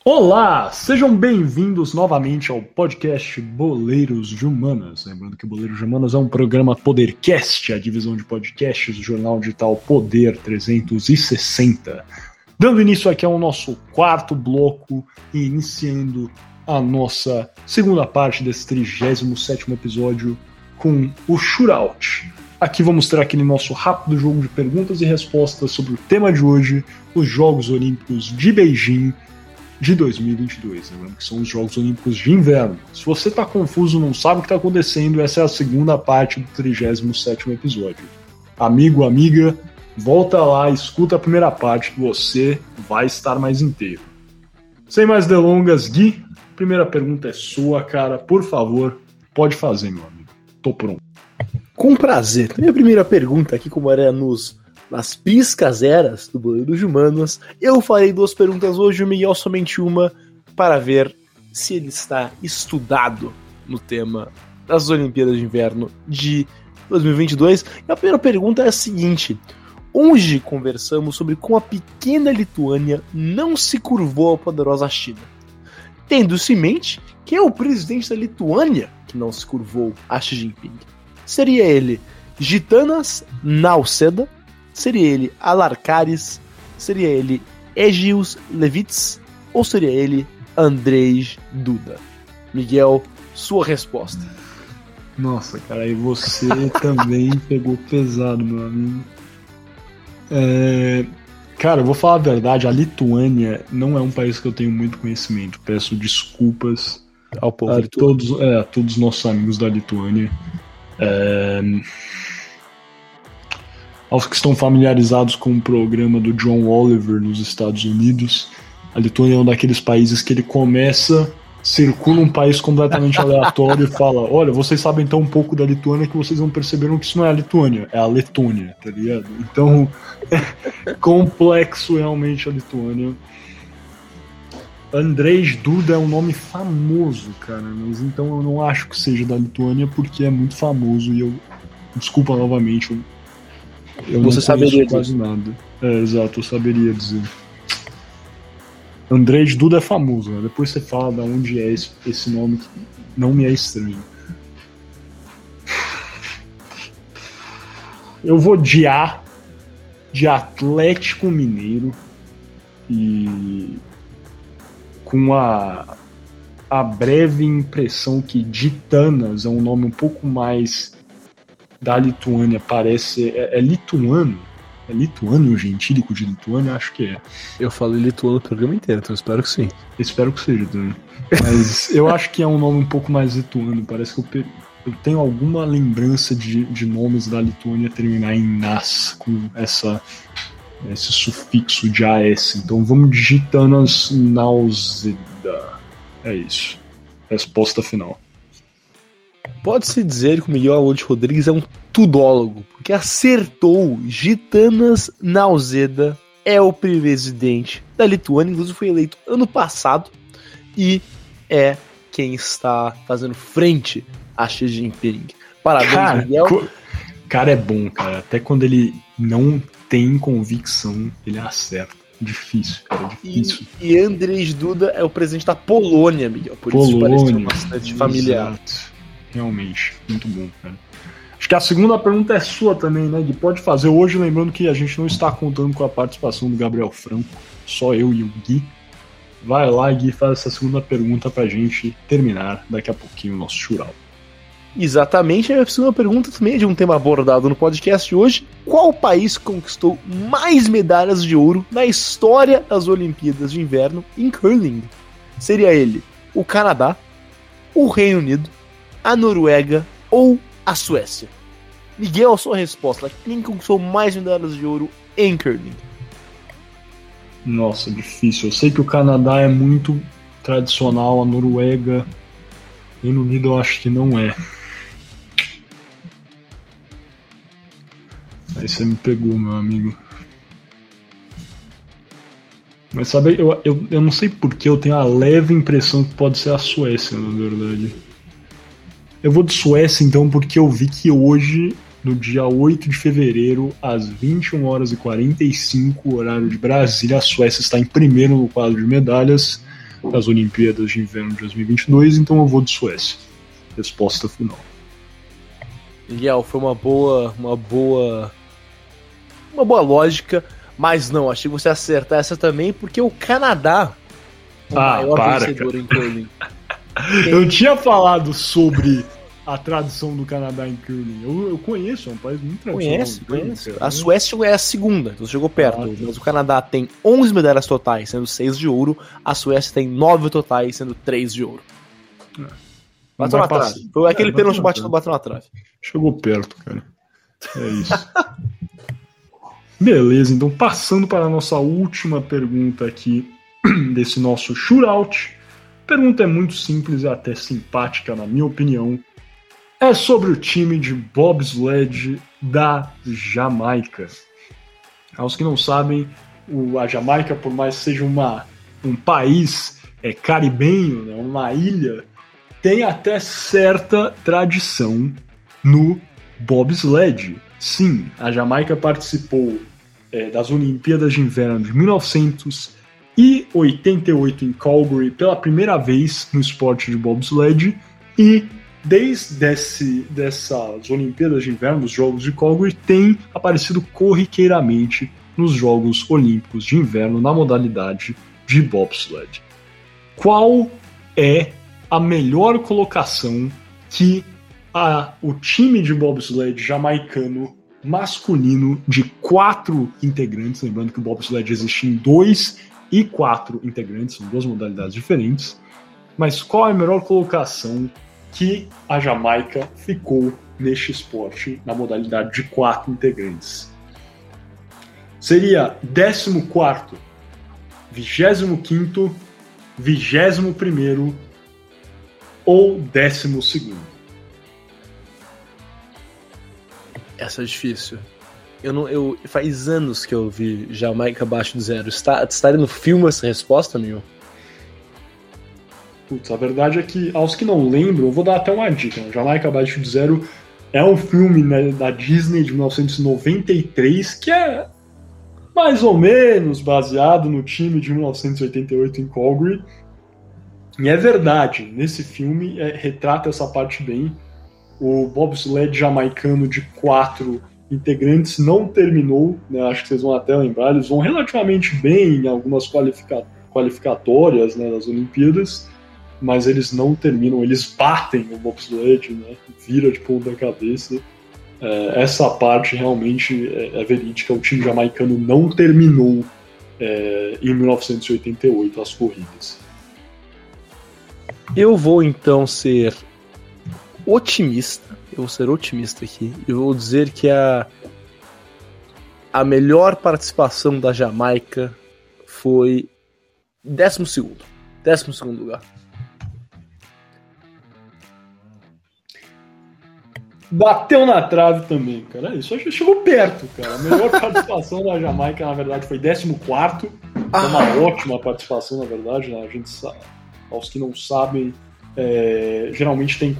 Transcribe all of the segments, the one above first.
Olá, sejam bem-vindos novamente ao podcast Boleiros de Humanas. Lembrando que Boleiros de Humanas é um programa Podercast, a divisão de podcasts do jornal digital Poder 360. Dando início aqui ao nosso quarto bloco e iniciando a nossa segunda parte desse 37º episódio com o Shootout. Aqui vamos ter aquele nosso rápido jogo de perguntas e respostas sobre o tema de hoje, os Jogos Olímpicos de Beijing de 2022, lembrando que são os Jogos Olímpicos de Inverno. Se você está confuso, não sabe o que está acontecendo, essa é a segunda parte do 37º episódio. Amigo, amiga, volta lá, escuta a primeira parte que você vai estar mais inteiro. Sem mais delongas, Gui, a primeira pergunta é sua, cara, por favor, pode fazer, meu amigo. Tô pronto. Com prazer. Minha primeira pergunta aqui, como era nas piscas eras do Boleiros de Humanas, eu farei duas perguntas hoje, o Miguel somente uma, para ver se ele está estudado no tema das Olimpíadas de Inverno de 2022. E a primeira pergunta é a seguinte: hoje conversamos sobre como a pequena Lituânia não se curvou à poderosa China. Tendo-se em mente que é o presidente da Lituânia que não se curvou a Xi Jinping. Seria ele Gitanas Nausėda? Seria ele Alarkaris? Seria ele Egius Levits? Ou seria ele Andrzej Duda? Miguel, sua resposta. Nossa, cara, aí você também pegou pesado, meu amigo. Cara, eu vou falar a verdade, a Lituânia não é um país que eu tenho muito conhecimento. Peço desculpas ao povo a todos os nossos amigos da Lituânia. Aos que estão familiarizados com o programa do John Oliver nos Estados Unidos, a Lituânia é um daqueles países que ele começa, circula um país completamente aleatório e fala: olha, vocês sabem tão pouco da Lituânia que vocês não perceberam que isso não é a Lituânia, é a Letônia, tá ligado? Então, é complexo realmente a Lituânia. Andrzej Duda é um nome famoso, cara, mas então eu não acho que seja da Lituânia porque é muito famoso e eu, desculpa novamente, eu você não saberia quase nada. Exato, eu saberia dizer. Andrzej Duda é famoso, né? Depois você fala de onde é esse nome que não me é estranho. Eu vou de Atlético Mineiro e com a breve impressão que Gitanas é um nome um pouco mais da Lituânia, parece... É lituano? É lituano o gentílico de Lituânia? Acho que é. Eu falei lituano o programa inteiro, então eu espero que sim. Eu espero que seja também. Mas eu acho que é um nome um pouco mais lituano, parece que eu tenho alguma lembrança de nomes da Lituânia terminar em nas, com esse sufixo de AS. Então vamos de Gitanas Nausėda. É isso. Resposta final. Pode-se dizer que o Miguel Alonso Rodrigues é um tudólogo, porque acertou. Gitanas Nausėda é o presidente da Lituânia, inclusive foi eleito ano passado, e é quem está fazendo frente a Xi Jinping. Parabéns, Miguel. Cara é bom, cara. Até quando ele não tem convicção, ele acerta. Difícil, cara, difícil. E Andrzej Duda é o presidente da Polônia, Miguel. Por isso pareceu bastante familiar. Exato. Realmente, muito bom, cara. Acho que a segunda pergunta é sua também, né, Gui? Pode fazer hoje, lembrando que a gente não está contando com a participação do Gabriel Franco, só eu e o Gui. Vai lá, Gui, faz essa segunda pergunta pra gente terminar daqui a pouquinho o nosso shootout. Exatamente, a segunda pergunta também é de um tema abordado no podcast de hoje. Qual país conquistou mais medalhas de ouro na história das Olimpíadas de Inverno em curling? Seria ele o Canadá, o Reino Unido, a Noruega ou a Suécia? Miguel, a sua resposta. Quem conquistou mais medalhas de ouro em curling? Nossa, difícil. Eu sei que o Canadá é muito tradicional, a Noruega, Reino Unido eu acho que não é. Aí você me pegou, meu amigo. Mas sabe, eu não sei porque eu tenho a leve impressão que pode ser a Suécia, na verdade. Eu vou de Suécia então porque eu vi que hoje, no dia 8 de fevereiro, às 21h45, horário de Brasília, a Suécia está em primeiro no quadro de medalhas, das Olimpíadas de Inverno de 2022, então eu vou de Suécia. Resposta final. Miguel, foi uma boa lógica, mas não, achei que você acertar essa também, porque o Canadá é o maior vencedor em curling. Eu tinha falado sobre a tradição do Canadá em curling. Eu conheço, é um país muito tradicional. Conheço. A Suécia é a segunda, então chegou perto. Mas o Canadá tem 11 medalhas totais, sendo 6 de ouro. A Suécia tem 9 totais, sendo 3 de ouro. Bateu na trave. Foi aquele pênalti bateu na trave. Chegou perto, cara. É isso. Beleza, então passando para a nossa última pergunta aqui desse nosso shootout. A pergunta é muito simples e até simpática, na minha opinião. É sobre o time de bobsled da Jamaica. Aos que não sabem, a Jamaica, por mais que seja um país caribenho, né, uma ilha, tem até certa tradição no bobsled. Sim, a Jamaica participou das Olimpíadas de Inverno de 1988 em Calgary pela primeira vez no esporte de bobsled e desde dessas Olimpíadas de Inverno, dos Jogos de Calgary, tem aparecido corriqueiramente nos Jogos Olímpicos de Inverno na modalidade de bobsled. Qual é a melhor colocação que o time de bobsled jamaicano masculino de 4 integrantes, lembrando que o bobsled existe em 2 e 4 integrantes, são 2 modalidades diferentes, mas qual é a melhor colocação que a Jamaica ficou neste esporte na modalidade de 4 integrantes? Seria 14º, 25º, 21º ou 12º? Essa é difícil. Faz anos que eu vi Jamaica abaixo de 0. Estaria no filme essa resposta, meu? Putz, a verdade é que, aos que não lembram, eu vou dar até uma dica. Jamaica abaixo de 0 é um filme, né, da Disney de 1993 que é mais ou menos baseado no time de 1988 em Calgary. E é verdade, nesse filme retrata essa parte bem. O bobsled jamaicano de 4 integrantes não terminou, né, acho que vocês vão até lembrar, eles vão relativamente bem em algumas qualificatórias, né, das Olimpíadas, mas eles não terminam, eles batem o bobsled, né, vira de ponta cabeça. Essa parte realmente é verídica, o time jamaicano não terminou em 1988 as corridas. Eu vou então ser otimista. Eu vou ser otimista aqui. Eu vou dizer que a melhor participação da Jamaica foi 12º. 12º lugar. Bateu na trave também, cara. Isso chegou perto, cara. A melhor participação da Jamaica, na verdade, foi 14º. Foi uma ótima participação, na verdade, né? A gente sabe, aos que não sabem, geralmente tem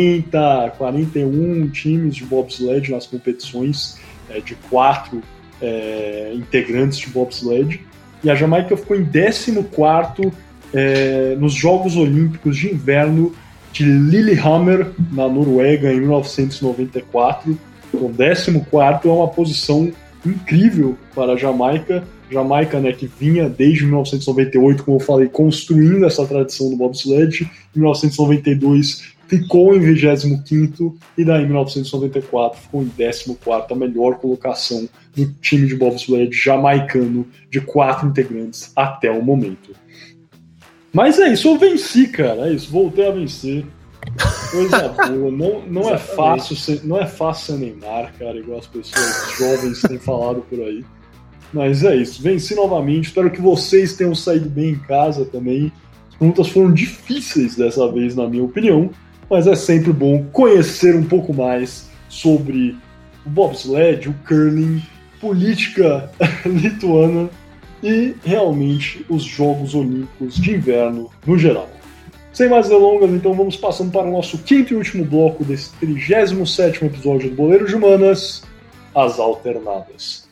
41 times de bobsled nas competições de 4 integrantes de bobsled, e a Jamaica ficou em 14º nos Jogos Olímpicos de Inverno de Lillehammer, na Noruega, em 1994. Então, 14º é uma posição incrível para a Jamaica. Jamaica, né, que vinha desde 1998, como eu falei, construindo essa tradição do bobsled. Em 1992 ficou em 25º e daí em 1994 ficou em 14º, a melhor colocação do time de bobsled jamaicano de 4 integrantes até o momento. Mas é isso, eu venci, cara, é isso, voltei a vencer. Coisa boa, não é fácil ser Neymar, cara, igual as pessoas jovens têm falado por aí. Mas é isso, venci novamente, espero que vocês tenham saído bem em casa também. As perguntas foram difíceis dessa vez, na minha opinião, mas é sempre bom conhecer um pouco mais sobre o bobsled, o curling, política lituana e realmente os Jogos Olímpicos de Inverno no geral. Sem mais delongas, então vamos passando para o nosso quinto e último bloco desse 37º episódio do Boleiros de Humanas, as alternadas.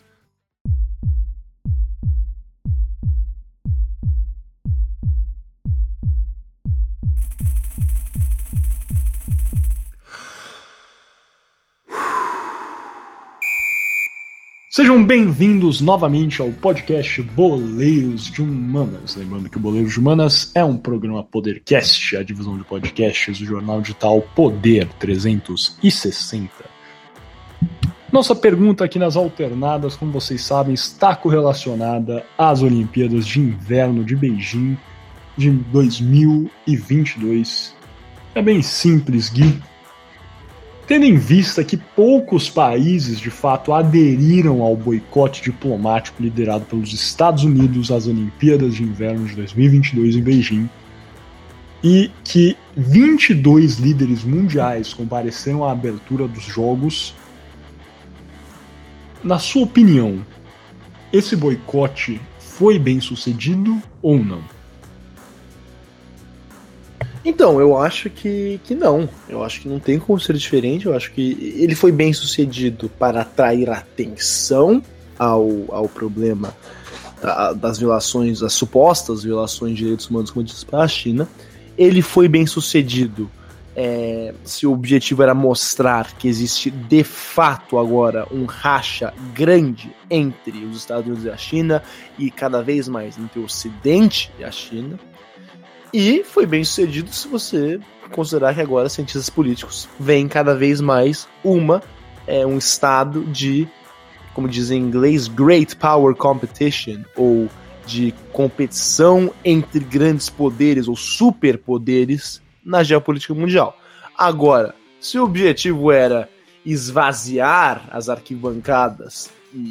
Sejam bem-vindos novamente ao podcast Boleiros de Humanas. Lembrando que o Boleiros de Humanas é um programa Podercast, a divisão de podcasts do jornal digital Poder 360. Nossa pergunta aqui nas alternadas, como vocês sabem, está correlacionada às Olimpíadas de Inverno de Beijing de 2022. É bem simples, Gui. Tendo em vista que poucos países, de fato, aderiram ao boicote diplomático liderado pelos Estados Unidos às Olimpíadas de Inverno de 2022 em Beijing, e que 22 líderes mundiais compareceram à abertura dos Jogos, na sua opinião, esse boicote foi bem sucedido ou não? Então, eu acho que não. Eu acho que não tem como ser diferente. Eu acho que ele foi bem sucedido para atrair atenção ao problema das violações, das supostas violações de direitos humanos cometidas pela China. Ele foi bem sucedido se o objetivo era mostrar que existe de fato agora um racha grande entre os Estados Unidos e a China e cada vez mais entre o Ocidente e a China. E foi bem sucedido se você considerar que agora cientistas políticos veem cada vez mais um estado de, como dizem em inglês, great power competition, ou de competição entre grandes poderes ou superpoderes na geopolítica mundial. Agora, se o objetivo era esvaziar as arquibancadas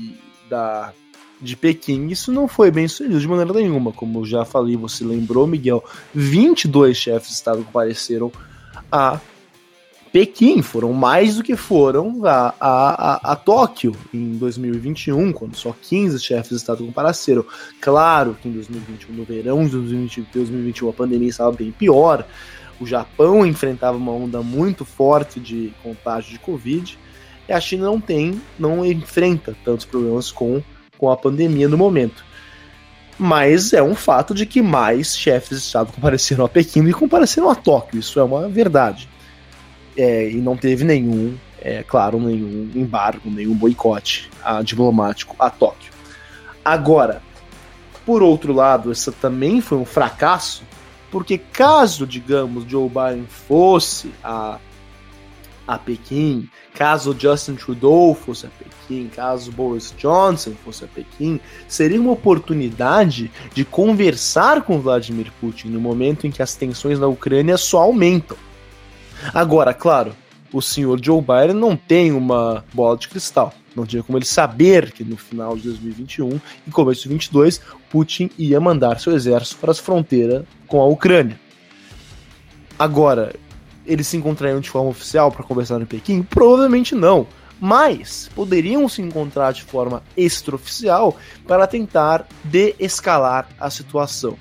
de Pequim, isso não foi bem sucedido de maneira nenhuma. Como eu já falei, você lembrou, Miguel, 22 chefes de Estado compareceram a Pequim, foram mais do que foram a Tóquio em 2021, quando só 15 chefes de Estado compareceram. Claro que em 2021, no verão de 2021, a pandemia estava bem pior, o Japão enfrentava uma onda muito forte de contágio de Covid, e a China não enfrenta tantos problemas com a pandemia no momento. Mas é um fato de que mais chefes de Estado compareceram a Pequim e compareceram a Tóquio. Isso é uma verdade. E não teve nenhum embargo, nenhum boicote diplomático a Tóquio. Agora, por outro lado, esse também foi um fracasso, porque caso, digamos, Joe Biden fosse a Pequim, caso Justin Trudeau fosse a Pequim, caso Boris Johnson fosse a Pequim, seria uma oportunidade de conversar com Vladimir Putin no momento em que as tensões na Ucrânia só aumentam. Agora, claro, o senhor Joe Biden não tem uma bola de cristal. Não tinha como ele saber que no final de 2021 e começo de 2022, Putin ia mandar seu exército para as fronteiras com a Ucrânia. Agora, eles se encontrariam de forma oficial para conversar em Pequim? Provavelmente não, mas poderiam se encontrar de forma extraoficial para tentar desescalar a situação.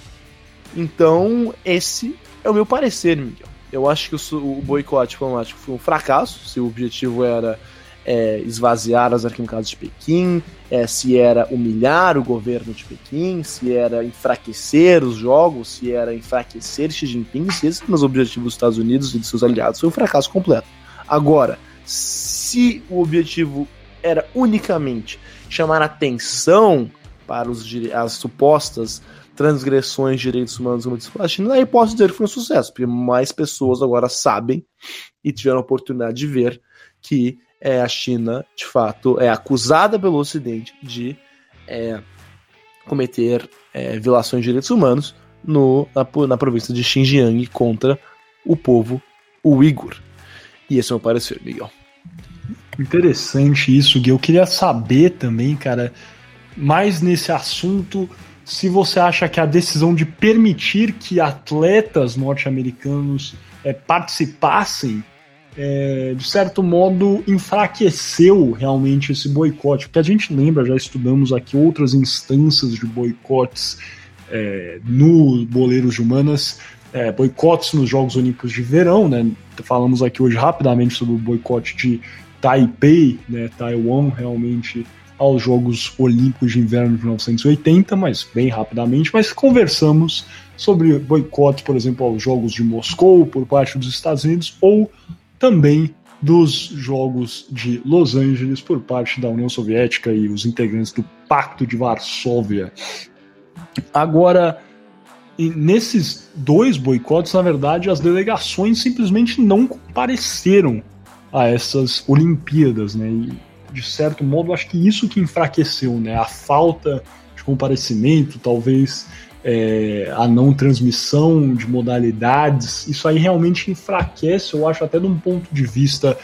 Então, esse é o meu parecer, Miguel. Eu acho que o boicote diplomático foi um fracasso, se o objetivo era esvaziar as arquibancadas de Pequim, se era humilhar o governo de Pequim, se era enfraquecer os jogos, se era enfraquecer Xi Jinping, se esses eram os objetivos dos Estados Unidos e de seus aliados, foi um fracasso completo. Agora, se o objetivo era unicamente chamar atenção para as supostas transgressões de direitos humanos cometidas pela China, aí posso dizer que foi um sucesso, porque mais pessoas agora sabem e tiveram a oportunidade de ver que a China, de fato, é acusada pelo Ocidente de cometer violações de direitos humanos na província de Xinjiang contra o povo uigur. E esse é o meu parecer, Miguel. Interessante isso, Gui. Eu queria saber também, cara, mais nesse assunto, se você acha que a decisão de permitir que atletas norte-americanos participassem de certo modo, enfraqueceu realmente esse boicote, porque a gente lembra, já estudamos aqui outras instâncias de boicotes no Boleiros de Humanas, boicotes nos Jogos Olímpicos de Verão, né? Falamos aqui hoje rapidamente sobre o boicote de Taipei, né, Taiwan, realmente, aos Jogos Olímpicos de Inverno de 1980, mas bem rapidamente, mas conversamos sobre boicote, por exemplo, aos Jogos de Moscou por parte dos Estados Unidos, ou também dos Jogos de Los Angeles por parte da União Soviética e os integrantes do Pacto de Varsóvia. Agora, nesses 2 boicotes, na verdade, as delegações simplesmente não compareceram a essas Olimpíadas, né? E, de certo modo, acho que isso que enfraqueceu, né? A falta de comparecimento, talvez a não transmissão de modalidades, isso aí realmente enfraquece, eu acho, até de um ponto de vista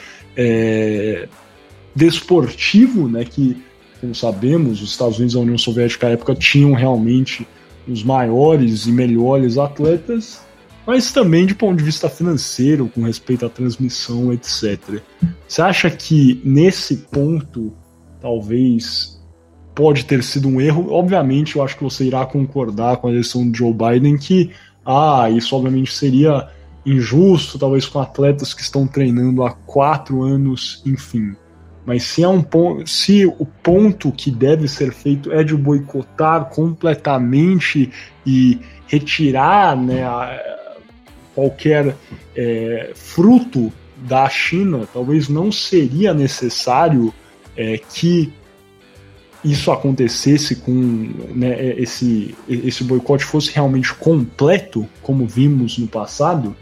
desportivo, né? Que, como sabemos, os Estados Unidos e a União Soviética à época tinham realmente os maiores e melhores atletas, mas também de ponto de vista financeiro, com respeito à transmissão, etc. Você acha que nesse ponto, talvez, pode ter sido um erro? Obviamente, eu acho que você irá concordar com a eleição de Joe Biden que isso obviamente seria injusto, talvez com atletas que estão treinando há 4 anos, enfim. Mas se o ponto que deve ser feito é de boicotar completamente e retirar, né, qualquer fruto da China, talvez não seria necessário que isso acontecesse com, né, esse boicote fosse realmente completo, como vimos no passado?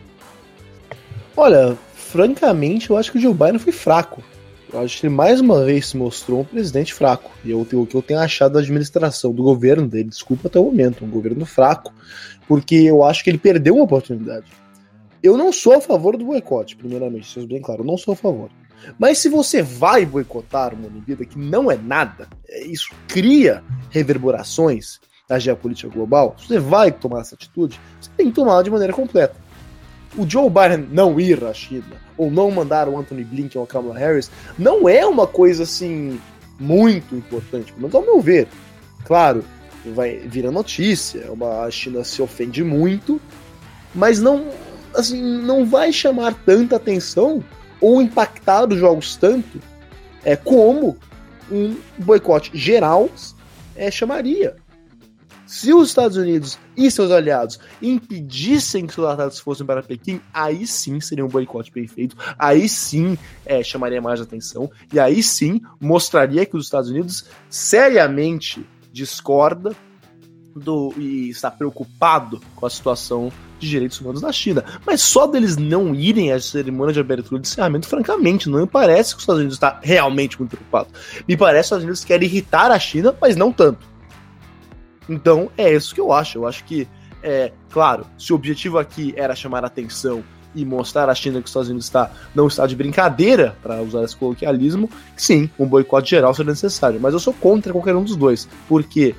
Olha, francamente, eu acho que o Joe Biden foi fraco. Eu acho que ele mais uma vez se mostrou um presidente fraco. E o que eu tenho achado da administração, do governo dele, desculpa até o momento, um governo fraco, porque eu acho que ele perdeu uma oportunidade. Eu não sou a favor do boicote, primeiramente, seja bem claro, eu não sou a favor. Mas se você vai boicotar uma Olimpíada que não é nada, isso cria reverberações na geopolítica global, se você vai tomar essa atitude, você tem que tomá-la de maneira completa. O Joe Biden não ir à China, ou não mandar o Anthony Blinken ou a Kamala Harris, não é uma coisa assim muito importante, pelo menos ao meu ver. Claro, vai vir a notícia, a China se ofende muito, mas não vai chamar tanta atenção ou impactar os jogos tanto como um boicote geral chamaria. Se os Estados Unidos e seus aliados impedissem que seus atletas fossem para Pequim, aí sim seria um boicote bem feito, aí sim chamaria mais atenção, e aí sim mostraria que os Estados Unidos seriamente discorda e está preocupado com a situação de direitos humanos na China. Mas só deles não irem à cerimônia de abertura e de encerramento, francamente, não me parece que os Estados Unidos está realmente muito preocupado. Me parece que os Estados Unidos querem irritar a China, mas não tanto. Então, é isso que eu acho. Eu acho que, claro, se o objetivo aqui era chamar a atenção e mostrar à China que os Estados Unidos não está de brincadeira, para usar esse coloquialismo, sim, um boicote geral seria necessário. Mas eu sou contra qualquer um dos dois, porque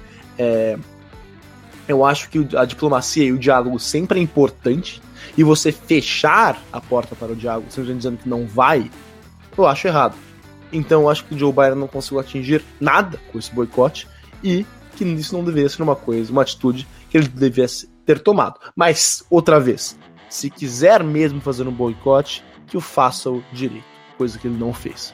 eu acho que a diplomacia e o diálogo sempre é importante, e você fechar a porta para o diálogo, simplesmente dizendo que não vai, eu acho errado. Então, eu acho que o Joe Biden não conseguiu atingir nada com esse boicote, e que isso não deveria ser uma atitude que ele devesse ter tomado. Mas, outra vez, se quiser mesmo fazer um boicote, que o faça o direito, coisa que ele não fez.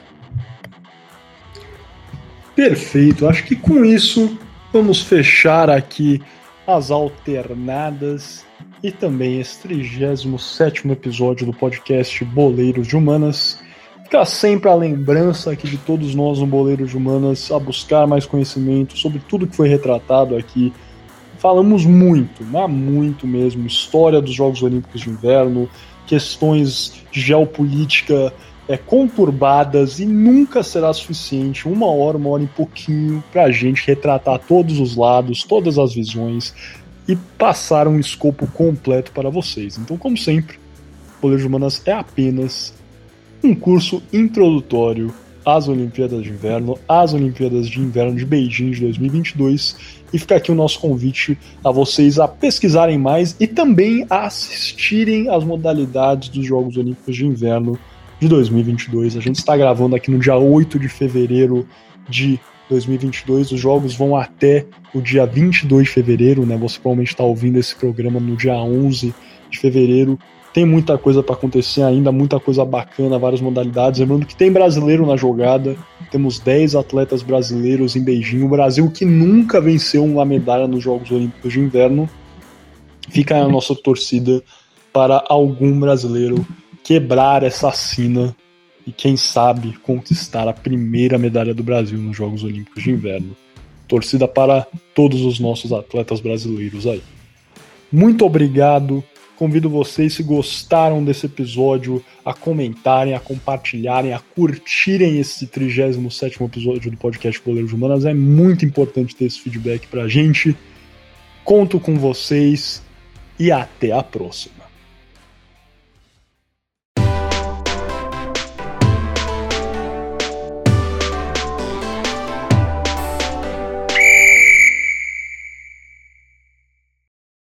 Perfeito, acho que com isso vamos fechar aqui as alternadas e também esse 37º episódio do podcast Boleiros de Humanas. Fica sempre a lembrança aqui de todos nós no Boleiros de Humanas a buscar mais conhecimento sobre tudo que foi retratado aqui. Falamos muito, mas muito mesmo, história dos Jogos Olímpicos de Inverno, questões de geopolítica conturbadas, e nunca será suficiente 1 hora e pouquinho pra gente retratar todos os lados, todas as visões e passar um escopo completo para vocês. Então, como sempre, Boleiros de Humanas é apenas um curso introdutório às Olimpíadas de Inverno, às Olimpíadas de Inverno de Beijing de 2022, e fica aqui o nosso convite a vocês a pesquisarem mais e também a assistirem às modalidades dos Jogos Olímpicos de Inverno de 2022. A gente está gravando aqui no dia 8 de fevereiro de 2022, os jogos vão até o dia 22 de fevereiro, né? Você provavelmente está ouvindo esse programa no dia 11 de fevereiro. Tem muita coisa para acontecer ainda, muita coisa bacana, várias modalidades. Lembrando que tem brasileiro na jogada, temos 10 atletas brasileiros em Beijing. O Brasil, que nunca venceu uma medalha nos Jogos Olímpicos de Inverno. Fica aí a nossa torcida para algum brasileiro quebrar essa sina e, quem sabe, conquistar a primeira medalha do Brasil nos Jogos Olímpicos de Inverno. Torcida para todos os nossos atletas brasileiros aí. Muito obrigado. Convido vocês, se gostaram desse episódio, a comentarem, a compartilharem, a curtirem esse 37º episódio do podcast Boleiros de Humanas. É muito importante ter esse feedback pra gente. Conto com vocês e até a próxima.